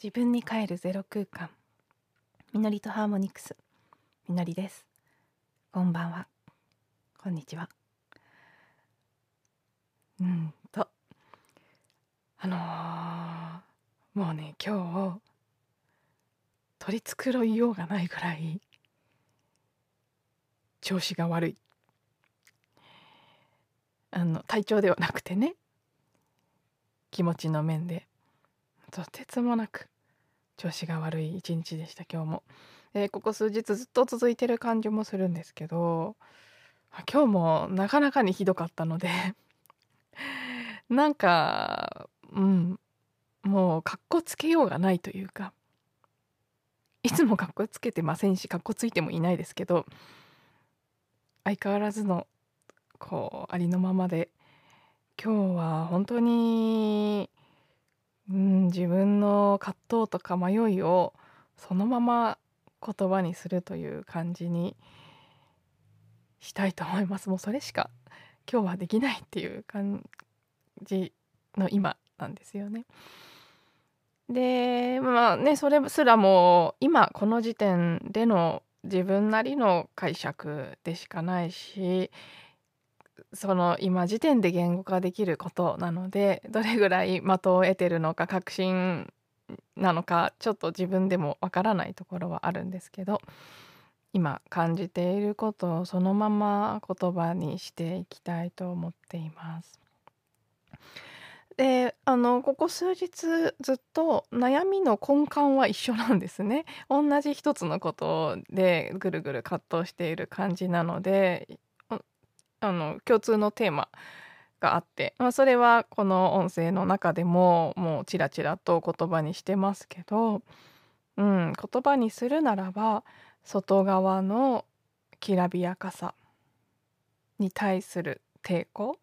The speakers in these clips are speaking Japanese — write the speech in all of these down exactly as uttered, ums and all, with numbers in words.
自分に帰るゼロ空間、みのりとハーモニクス、みのりです。こんばんは、こんにちは。うんとあのー、もうね今日取り繕いようがないぐらい調子が悪い。あの体調ではなくてね、気持ちの面でとてつもなく調子が悪い一日でした今日も。えーここ数日ずっと続いてる感じもするんですけど、今日もなかなかにひどかったのでなんかうんもうかっこつけようがないというか、いつもかっこつけてませんし、かっこついてもいないですけど、相変わらずのこうありのままで、今日は本当に、うん、自分の葛藤とか迷いをそのまま言葉にするという感じにしたいと思います。もうそれしか今日はできないっていう感じの今なんですよね。でまあね、それすらも今この時点での自分なりの解釈でしかないし、その今時点で言語化できることなので、どれぐらい的を得てるのか確信なのかちょっと自分でもわからないところはあるんですけど、今感じていることをそのまま言葉にしていきたいと思っています。で、あのここ数日ずっと悩みの根幹は一緒なんですね。同じ一つのことでぐるぐる葛藤している感じなので、ああの共通のテーマがあって、まあ、それはこの音声の中でももうちらちらと言葉にしてますけど、うん、言葉にするならば外側のきらびやかさに対する抵抗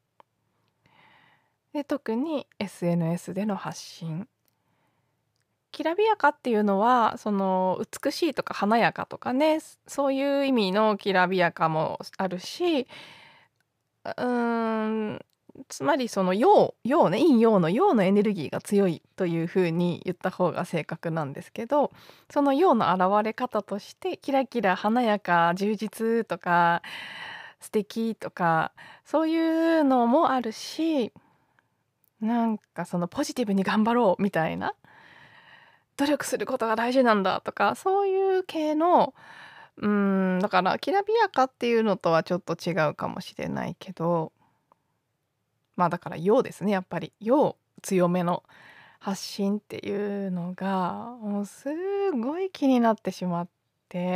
で、特に エスエヌエス での発信、きらびやかっていうのはその美しいとか華やかとかね、そういう意味のきらびやかもあるし、うーんつまりその陽陽ね、陰陽の陽のエネルギーが強いというふうに言った方が正確なんですけど、その陽の現れ方としてキラキラ華やか充実とか素敵とかそういうのもあるし、なんかそのポジティブに頑張ろうみたいな、努力することが大事なんだとかそういう系の、うーんだからきらびやかっていうのとはちょっと違うかもしれないけど、まあだから陽ですね、やっぱり陽強めの発信っていうのがもうすごい気になってしまって、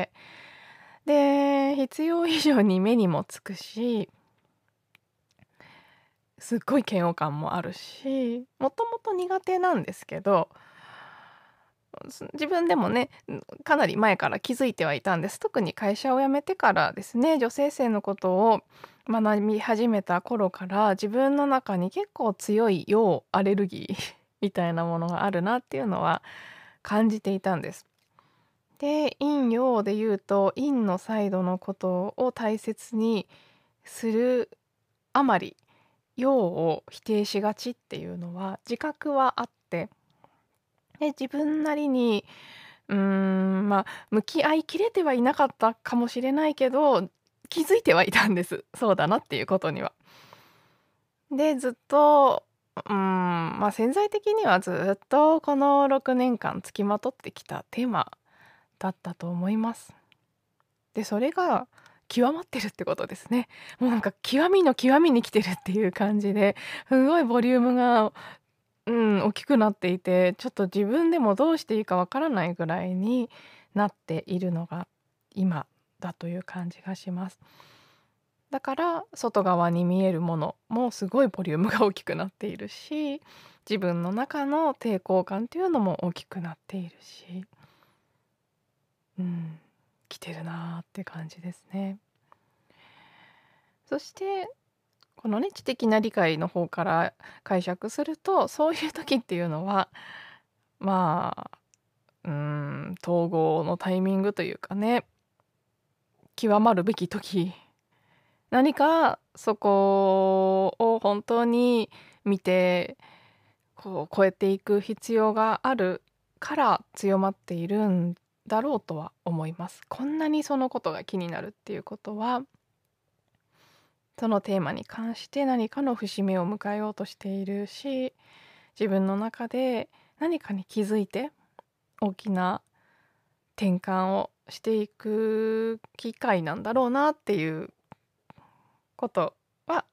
で必要以上に目にもつくし、すっごい嫌悪感もあるし、もともと苦手なんですけど、す自分でもね、んかなり前から気づいてはいたんです。特に会社を辞めてからですね、女性性のことを学び始めた頃から自分の中に結構強い陽アレルギーみたいなものがあるなっていうのは感じていたんです。で、陰陽で言うと陰のサイドのことを大切にするあまり陽を否定しがちっていうのは自覚はあって、で自分なりにうーんまあ向き合いきれてはいなかったかもしれないけど、気づいてはいたんです、そうだなっていうことには。でずっとうーんまあ潜在的にはずっとこのろくねんかんつきまとってきたテーマだったと思います。でそれが極まってるってことですね。もうなんか極みの極みに来てるっていう感じで、すごいボリュームがうん、大きくなっていて、ちょっと自分でもどうしていいかわからないぐらいになっているのが今だという感じがします。だから外側に見えるものもすごいボリュームが大きくなっているし、自分の中の抵抗感っていうのも大きくなっているし、うん、来てるなーって感じですね。そしてこのね知的な理解の方から解釈すると、そういう時っていうのはまあうーん統合のタイミングというかね、極まるべき時、何かそこを本当に見てこう超えていく必要があるから強まっているんだろうとは思います。こんなにそのことが気になるっていうことは、そのテーマに関して何かの節目を迎えようとしているし、自分の中で何かに気づいて大きな転換をしていく機会なんだろうなっていうことは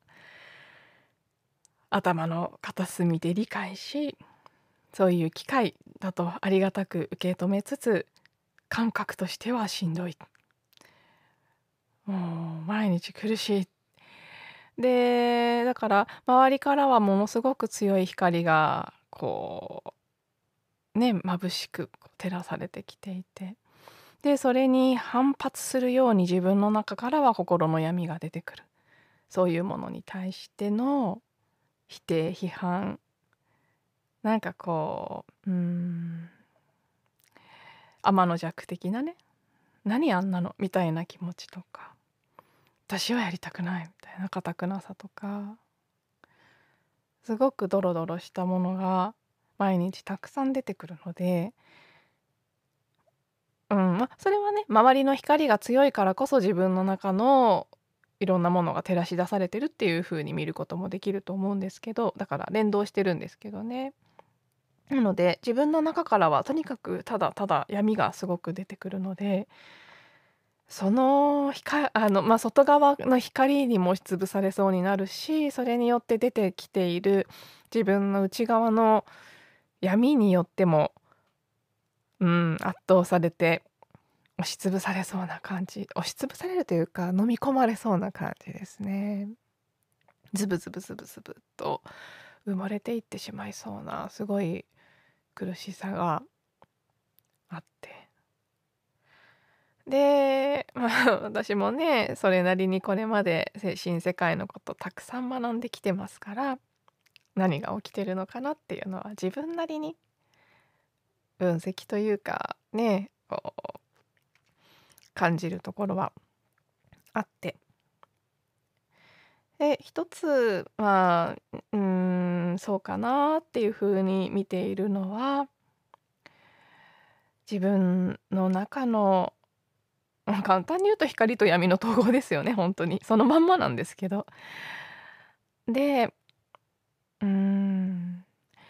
頭の片隅で理解し、そういう機会だとありがたく受け止めつつ、感覚としてはしんどい、もう毎日苦しい。でだから周りからはものすごく強い光がこうね眩しく照らされてきていて、でそれに反発するように自分の中からは心の闇が出てくる。そういうものに対しての否定批判、なんかこううーん天の弱的なね、何あんなのみたいな気持ちとか、私はやりたくないみたいな固くなさとか、すごくドロドロしたものが毎日たくさん出てくるので、うんまあ、それはね周りの光が強いからこそ自分の中のいろんなものが照らし出されてるっていう風に見ることもできると思うんですけど、だから連動してるんですけどね。なので自分の中からはとにかくただただ闇がすごく出てくるので、その光あの、まあ、外側の光にも押しつぶされそうになるし、それによって出てきている自分の内側の闇によっても、うん、圧倒されて押しつぶされそうな感じ、押しつぶされるというか飲み込まれそうな感じですね。ズブズブズブズブと埋もれていってしまいそうなすごい苦しさがあって、で、まあ、私もねそれなりにこれまで精神世界のことたくさん学んできてますから、何が起きてるのかなっていうのは自分なりに分析というかねこう感じるところはあって、で一つまあうーんそうかなっていうふうに見ているのは、自分の中のまあ簡単に言うと光と闇の統合ですよね、本当にそのまんまなんですけど。でうーん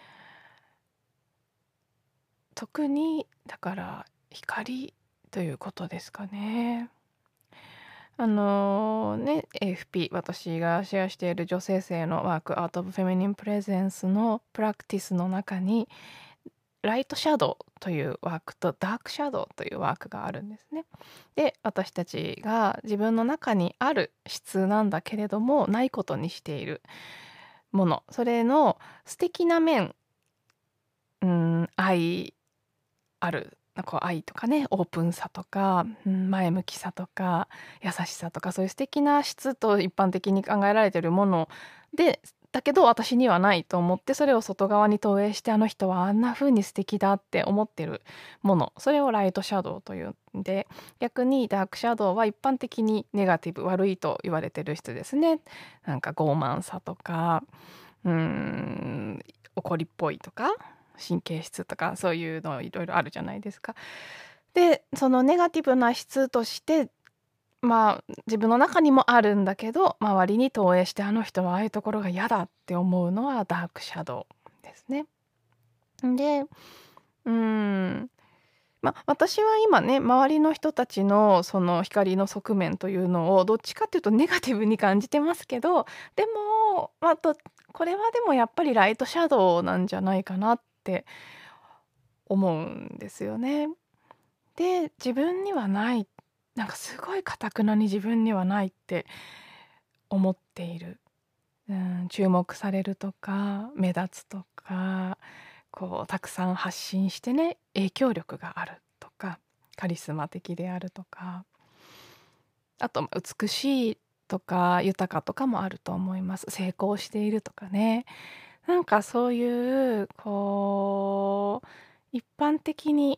特にだから光ということですかね。あのね エーエフピー、 私がシェアしている女性性のワーク、アート・オブ・フェミニン・プレゼンスのプラクティスの中にライトシャドウというワークとダークシャドウというワークがあるんですね。で私たちが自分の中にある質なんだけれどもないことにしているもの、それの素敵な面、うん、愛あるこう愛とかね、オープンさとか、うん、前向きさとか優しさとか、そういう素敵な質と一般的に考えられているものでだけど私にはないと思って、それを外側に投影して、あの人はあんな風に素敵だって思ってるもの、それをライトシャドウというんで、逆にダークシャドウは一般的にネガティブ、悪いと言われてる質ですね。なんか傲慢さとか、うーん怒りっぽいとか神経質とか、そういうのいろいろあるじゃないですか。でそのネガティブな質としてまあ自分の中にもあるんだけど、周りに投影して、あの人はああいうところが嫌だって思うのはダークシャドウですね。でうーんまあ私は今ね周りの人たちのその光の側面というのをどっちかっていうとネガティブに感じてますけど、でも、まあ、とこれはでもやっぱりライトシャドウなんじゃないかなって思うんですよね。で自分にはない、なんかすごい頑くなに自分にはないって思っている、うん、注目されるとか目立つとか、こうたくさん発信してね影響力があるとか、カリスマ的であるとか、あとまあ美しいとか豊かとかもあると思います。成功しているとかね、なんかそういうこう一般的に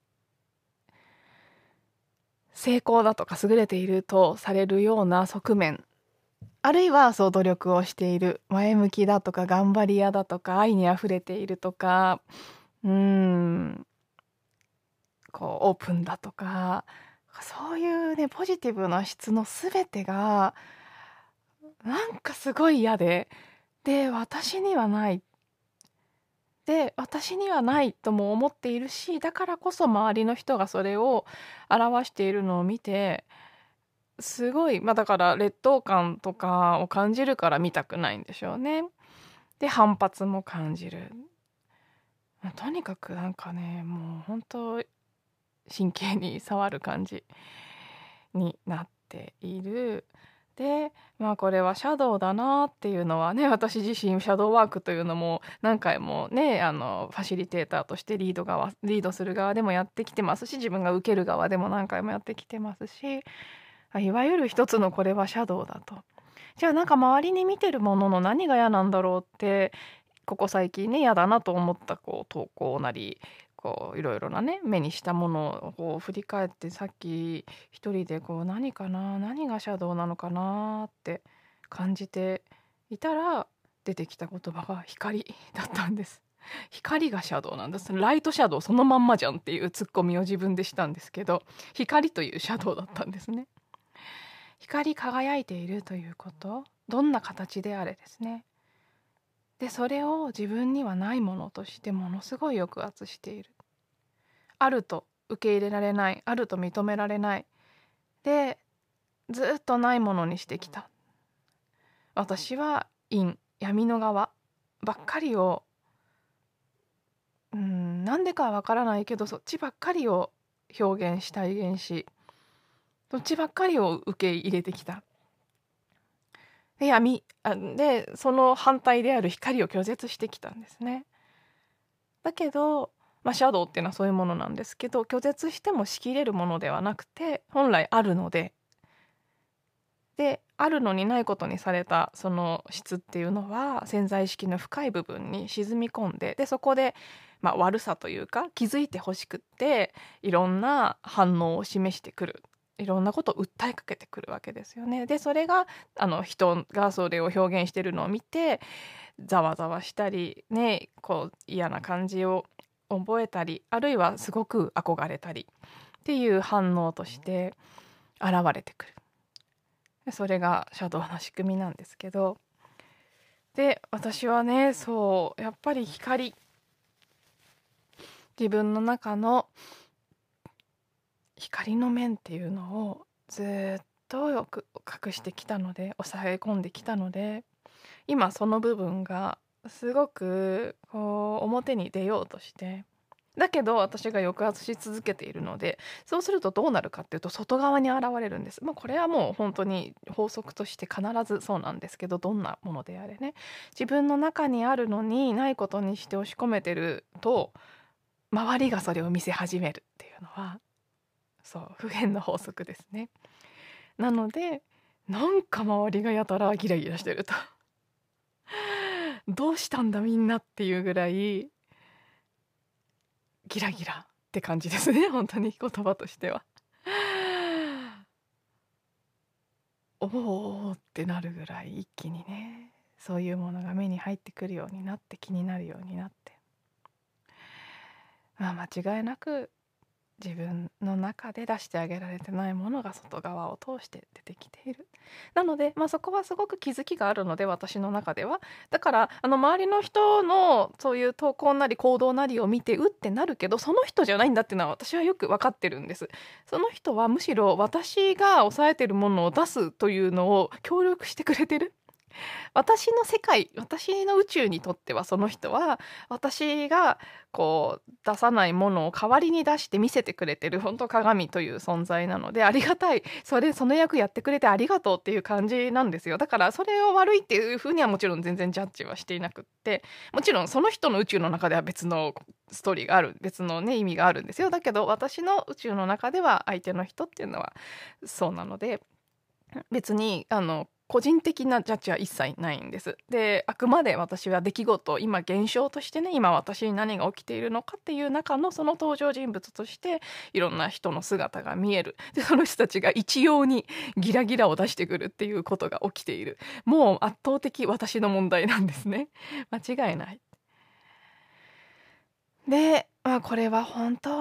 成功だとか優れているとされるような側面、あるいはそう努力をしている、前向きだとか頑張り屋だとか愛にあふれているとか、うーんこうオープンだとか、そういうねポジティブな質の全てがなんかすごい嫌で、で私にはない、で私にはないとも思っているし、だからこそ周りの人がそれを表しているのを見て、すごい、まあだから劣等感とかを感じるから見たくないんでしょうね。で反発も感じる。とにかくなんかね、もう本当神経に触る感じになっている。でまあこれはシャドウだなっていうのはね、私自身シャドウワークというのも何回もね、あのファシリテーターとしてリード側リードする側でもやってきてますし、自分が受ける側でも何回もやってきてますし、いわゆる一つのこれはシャドウだと。じゃあなんか周りに見てるものの何が嫌なんだろうって、ここ最近ね嫌だなと思ったこう投稿なり、こういろいろなね目にしたものをこう振り返って、さっき一人でこう何かな何がシャドウなのかなって感じていたら、出てきた言葉が光だったんです。光がシャドウなんです。ライトシャドウそのまんまじゃんっていうツッコミを自分でしたんですけど、光というシャドウだったんですね。光り輝いているということ、どんな形であれですね。でそれを自分にはないものとしてものすごい抑圧している。あると受け入れられない、あると認められないで、ずっとないものにしてきた。私は陰、闇の側ばっかりを、うーんなんでかはわからないけど、そっちばっかりを表現し体現し、そっちばっかりを受け入れてきた。で闇あでその反対である光を拒絶してきたんですね。だけど、まあ、シャドウっていうのはそういうものなんですけど、拒絶してもしきれるものではなくて本来あるので、であるのにないことにされたその質っていうのは潜在意識の深い部分に沈み込んで、でそこで、まあ、悪さというか気づいてほしくっていろんな反応を示してくる、いろんなことを訴えかけてくるわけですよね。でそれがあの人がそれを表現してるのを見てざわざわしたりね、こう嫌な感じを覚えたり、あるいはすごく憧れたりっていう反応として現れてくる。それがシャドウの仕組みなんですけど、で私はね、そうやっぱり光、自分の中の光の面っていうのをずっとよく隠してきたので、抑え込んできたので、今その部分がすごくこう表に出ようとして、だけど私が抑圧し続けているので、そうするとどうなるかっていうと外側に現れるんです。まあ、これはもう本当に法則として必ずそうなんですけど、どんなものであれね、自分の中にあるのにないことにして押し込めてると、周りがそれを見せ始めるっていうのは、そう普遍の法則ですね。なのでなんか周りがやたらギラギラしてるとどうしたんだみんなっていうぐらいギラギラって感じですね、本当に言葉としては。おおってなるぐらい一気にね、そういうものが目に入ってくるようになって、気になるようになって、まあ間違いなく自分の中で出してあげられてないものが外側を通して出てきている。なので、まあ、そこはすごく気づきがあるので、私の中では。だからあの周りの人のそういう投稿なり行動なりを見てうってなるけど、その人じゃないんだっていうのは私はよく分かってるんです。その人はむしろ私が抑えてるものを出すというのを協力してくれてる。私の世界、私の宇宙にとってはその人は私がこう出さないものを代わりに出して見せてくれてる本当鏡という存在なので、ありがたい、それその役やってくれてありがとうっていう感じなんですよ。だからそれを悪いっていうふうにはもちろん全然ジャッジはしていなくって、もちろんその人の宇宙の中では別のストーリーがある、別のね意味があるんですよ。だけど私の宇宙の中では相手の人っていうのはそうなので、別にあの個人的なジャッジは一切ないんです。で、あくまで私は出来事、今現象としてね、今私に何が起きているのかっていう中のその登場人物としていろんな人の姿が見える。で、その人たちが一様にギラギラを出してくるっていうことが起きている。もう圧倒的私の問題なんですね。間違いない。 で、まあ、これは本当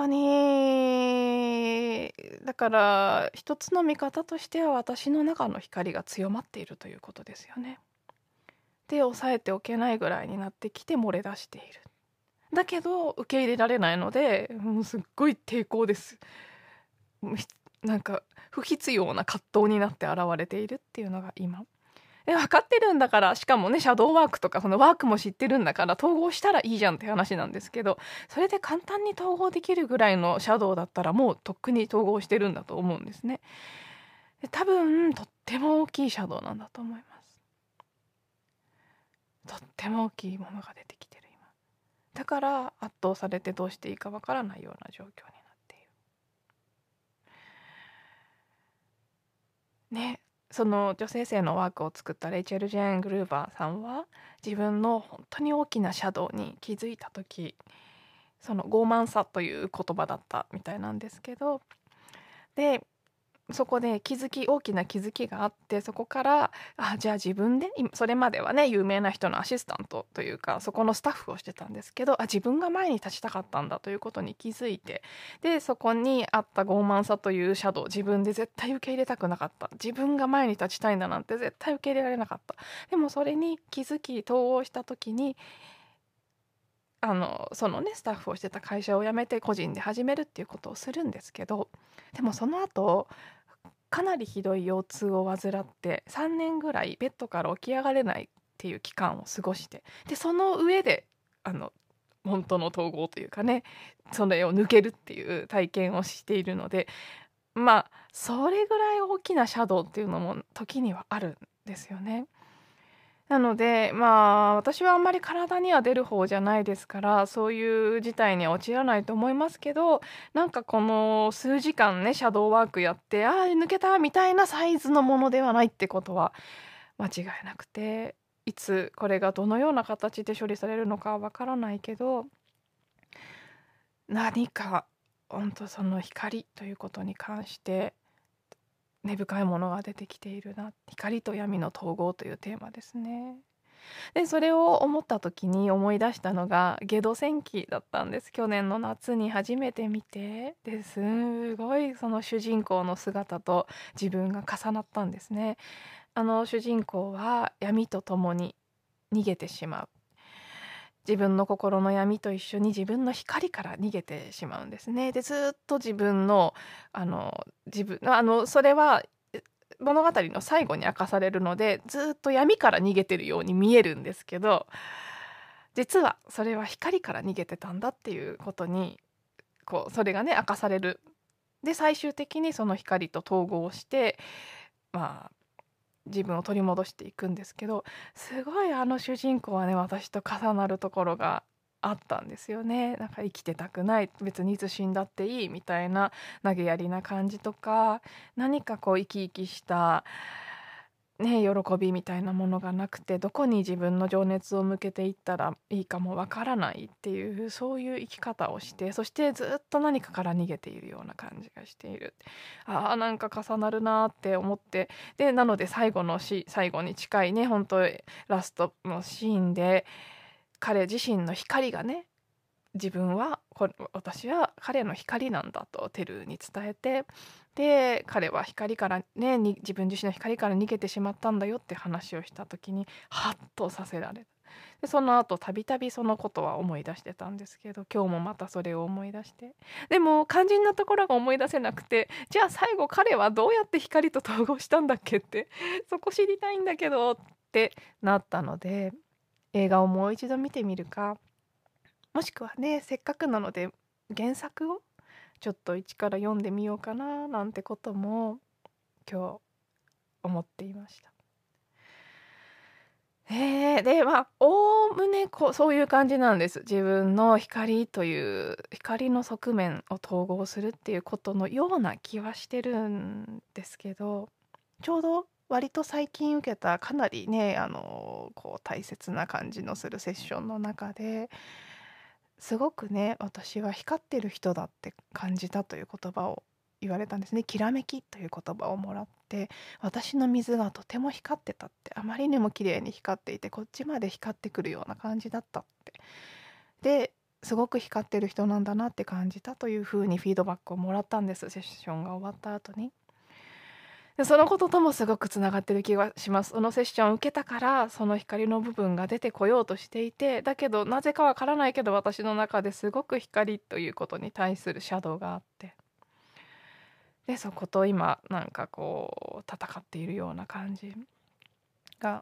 に、だから一つの見方としては私の中の光が強まっているということですよね。で、抑えておけないぐらいになってきて漏れ出している。だけど受け入れられないので、もうすっごい抵抗です。もうひなんか不必要な葛藤になって現れているっていうのが今。え、分かってるんだから、しかもね、シャドーワークとかそのワークも知ってるんだから統合したらいいじゃんって話なんですけど、それで簡単に統合できるぐらいのシャドウだったらもうとっくに統合してるんだと思うんですね。で、多分とっても大きいシャドウなんだと思います。とっても大きいものが出てきてる今。だから圧倒されてどうしていいかわからないような状況になっている。ね。その女性性のワークを作ったレイチェル・ジェーン・グルーバーさんは自分の本当に大きなシャドウに気づいた時、その傲慢さという言葉だったみたいなんですけど、でそこで気づき大きな気づきがあって、そこからあじゃあ自分でそれまではね有名な人のアシスタントというかそこのスタッフをしてたんですけど、あ自分が前に立ちたかったんだということに気づいて、でそこにあった傲慢さというシャドウ、自分で絶対受け入れたくなかった、自分が前に立ちたいんだなんて絶対受け入れられなかった。でもそれに気づき統合した時に、あのそのねスタッフをしてた会社を辞めて個人で始めるっていうことをするんですけど、でもその後かなりひどい腰痛を患ってさんねんぐらいベッドから起き上がれないっていう期間を過ごして、でその上であの本当の統合というかね、それを抜けるっていう体験をしているので、まあそれぐらい大きなシャドウっていうのも時にはあるんですよね。なので、まあ、私はあんまり体には出る方じゃないですから、そういう事態には陥らないと思いますけど、なんかこの数時間ね、シャドーワークやって、ああ、抜けたみたいなサイズのものではないってことは間違いなくて、いつこれがどのような形で処理されるのかはわからないけど、何か本当その光ということに関して根深いものが出てきているな。光と闇の統合というテーマですね。で、それを思った時に思い出したのがゲド戦記だったんです。去年の夏に初めて見て、ですごいその主人公の姿と自分が重なったんですね。あの主人公は闇と共に逃げてしまう。自分の心の闇と一緒に自分の光から逃げてしまうんですね。で、ずっと自分のあの自分あのそれはえ物語の最後に明かされるので、ずっと闇から逃げてるように見えるんですけど、実はそれは光から逃げてたんだっていうことに、こうそれがね明かされる。で、最終的にその光と統合して、まあ自分を取り戻していくんですけど、すごいあの主人公はね私と重なるところがあったんですよね。なんか生きてたくない、別にいつ死んだっていいみたいな投げやりな感じとか、何かこう生き生きしたね、喜びみたいなものがなくて、どこに自分の情熱を向けていったらいいかもわからないっていう、そういう生き方をして、そしてずっと何かから逃げているような感じがしている。ああ、なんか重なるなーって思って、で、なので最後のし最後に近いね、本当ラストのシーンで、彼自身の光がね、自分はこ私は彼の光なんだとテルに伝えて、で彼は光からねに自分自身の光から逃げてしまったんだよって話をした時にハッとさせられた。でその後たびたびそのことは思い出してたんですけど、今日もまたそれを思い出して、でも肝心なところが思い出せなくて、じゃあ最後彼はどうやって光と統合したんだっけって、そこ知りたいんだけどってなったので、映画をもう一度見てみるか、もしくはね、せっかくなので原作をちょっと一から読んでみようかななんてことも今日思っていました。えー、でまあおおむねこうそういう感じなんです。自分の光という光の側面を統合するっていうことのような気はしてるんですけど、ちょうど割と最近受けたかなりねあのこう大切な感じのするセッションの中ですごくね、私は光ってる人だって感じたという言葉を言われたんですね。きらめきという言葉をもらって、私の水がとても光ってたって、あまりにも綺麗に光っていて、こっちまで光ってくるような感じだったって。で、 すごく光ってる人なんだなって感じたというふうにフィードバックをもらったんです、セッションが終わった後に。で、そのことともすごくつながってる気がします。そのセッションを受けたから、その光の部分が出てこようとしていて、だけどなぜかわからないけど、私の中ですごく光ということに対するシャドウがあって、で、そこと今なんかこう戦っているような感じが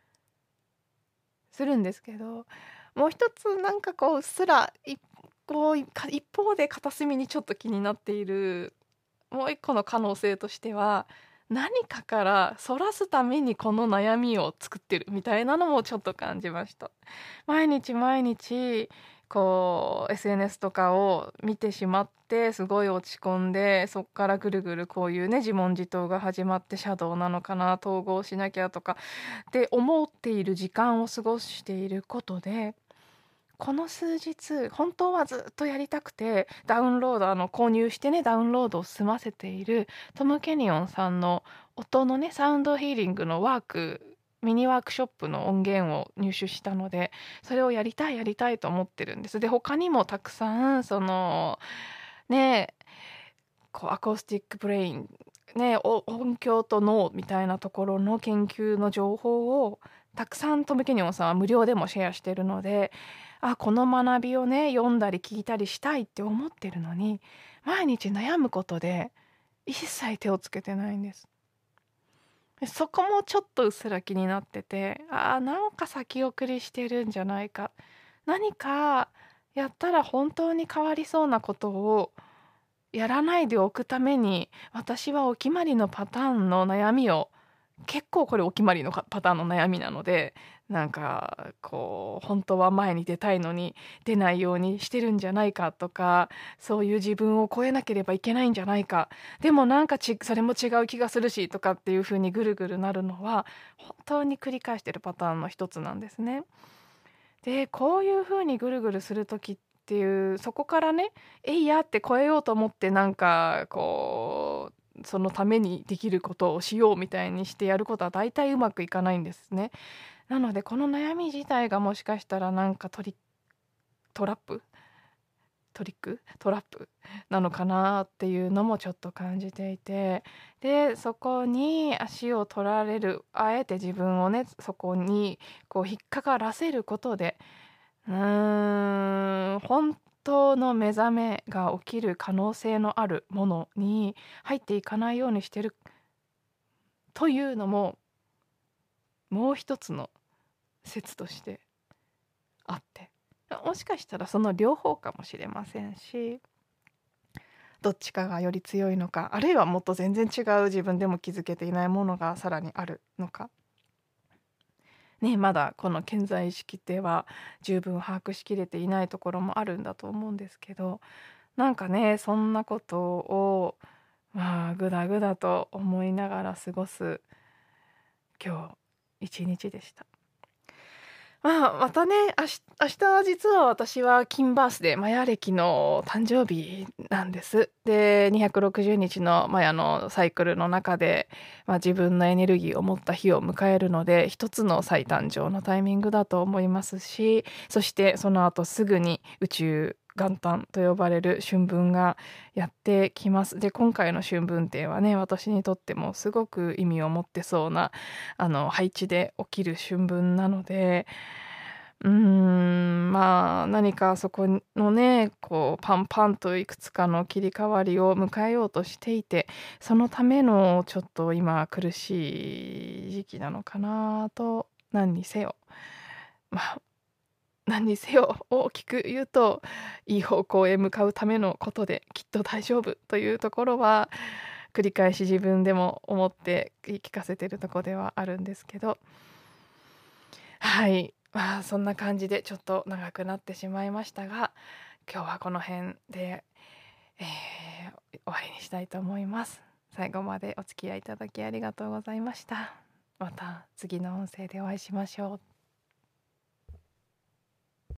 するんですけど、もう一つなんかこううっすら一こう一方で片隅にちょっと気になっているもう一個の可能性としては、何かからそらすためにこの悩みを作ってるみたいなのもちょっと感じました。毎日毎日こう エスエヌエス とかを見てしまってすごい落ち込んで、そっからぐるぐるこういうね自問自答が始まって、シャドウなのかな、統合しなきゃとかって思っている時間を過ごしていることで、この数日本当はずっとやりたくてダウンロードあの購入してねダウンロードを済ませているトム・ケニオンさんの音のねサウンドヒーリングのワークミニワークショップの音源を入手したので、それをやりたいやりたいと思ってるんです。で他にもたくさんそのねこうアコースティックブレインねお音響と脳みたいなところの研究の情報をたくさんトム・ケニオンさんは無料でもシェアしてるので、あ、この学びをね読んだり聞いたりしたいって思ってるのに、毎日悩むことで一切手をつけてないんです。でそこもちょっとうっすら気になってて、あーなんか先送りしてるんじゃないか、何かやったら本当に変わりそうなことをやらないでおくために、私はお決まりのパターンの悩みを、結構これお決まりのかパターンの悩みなので、なんかこう本当は前に出たいのに出ないようにしてるんじゃないかとか、そういう自分を超えなければいけないんじゃないか、でもなんかちそれも違う気がするしとかっていう風にぐるぐるなるのは本当に繰り返してるパターンの一つなんですね。で、こういう風にぐるぐるする時っていう、そこからね、えいやって超えようと思ってなんかこう、そのためにできることをしようみたいにしてやることは大体うまくいかないんですね。なのでこの悩み自体がもしかしたらなんかトリトラップトリックトラップなのかなっていうのもちょっと感じていて、でそこに足を取られる、あえて自分をねそこにこう引っかからせることで、うーん本当の目覚めが起きる可能性のあるものに入っていかないようにしてるというのももう一つの説としてあって、もしかしたらその両方かもしれませんし、どっちかがより強いのか、あるいはもっと全然違う自分でも気づけていないものがさらにあるのかね、まだこの健在意識では十分把握しきれていないところもあるんだと思うんですけど、なんかねそんなことをまあぐだぐだと思いながら過ごす今日一日でした。まあ、またね、明日明日は実は私は金バースでマヤ暦の誕生日なんです。で、にひゃくろくじゅうにちのマヤのサイクルの中で、まあ、自分のエネルギーを持った日を迎えるので、一つの再誕生のタイミングだと思いますし、そしてその後すぐに宇宙元旦と呼ばれる春分がやってきます。で、今回の春分っていうのはね、私にとってもすごく意味を持ってそうなあの配置で起きる春分なので、うーん、まあ何かそこのね、こうパンパンといくつかの切り替わりを迎えようとしていて、そのためのちょっと今苦しい時期なのかなと、何にせよ。まあ何にせよ大きく言うといい方向へ向かうためのことできっと大丈夫というところは繰り返し自分でも思って言い聞かせてるところではあるんですけど、はい、まあそんな感じでちょっと長くなってしまいましたが、今日はこの辺で、えー終わりにしたいと思います。最後までお付き合いいただきありがとうございました。また次の音声でお会いしましょう。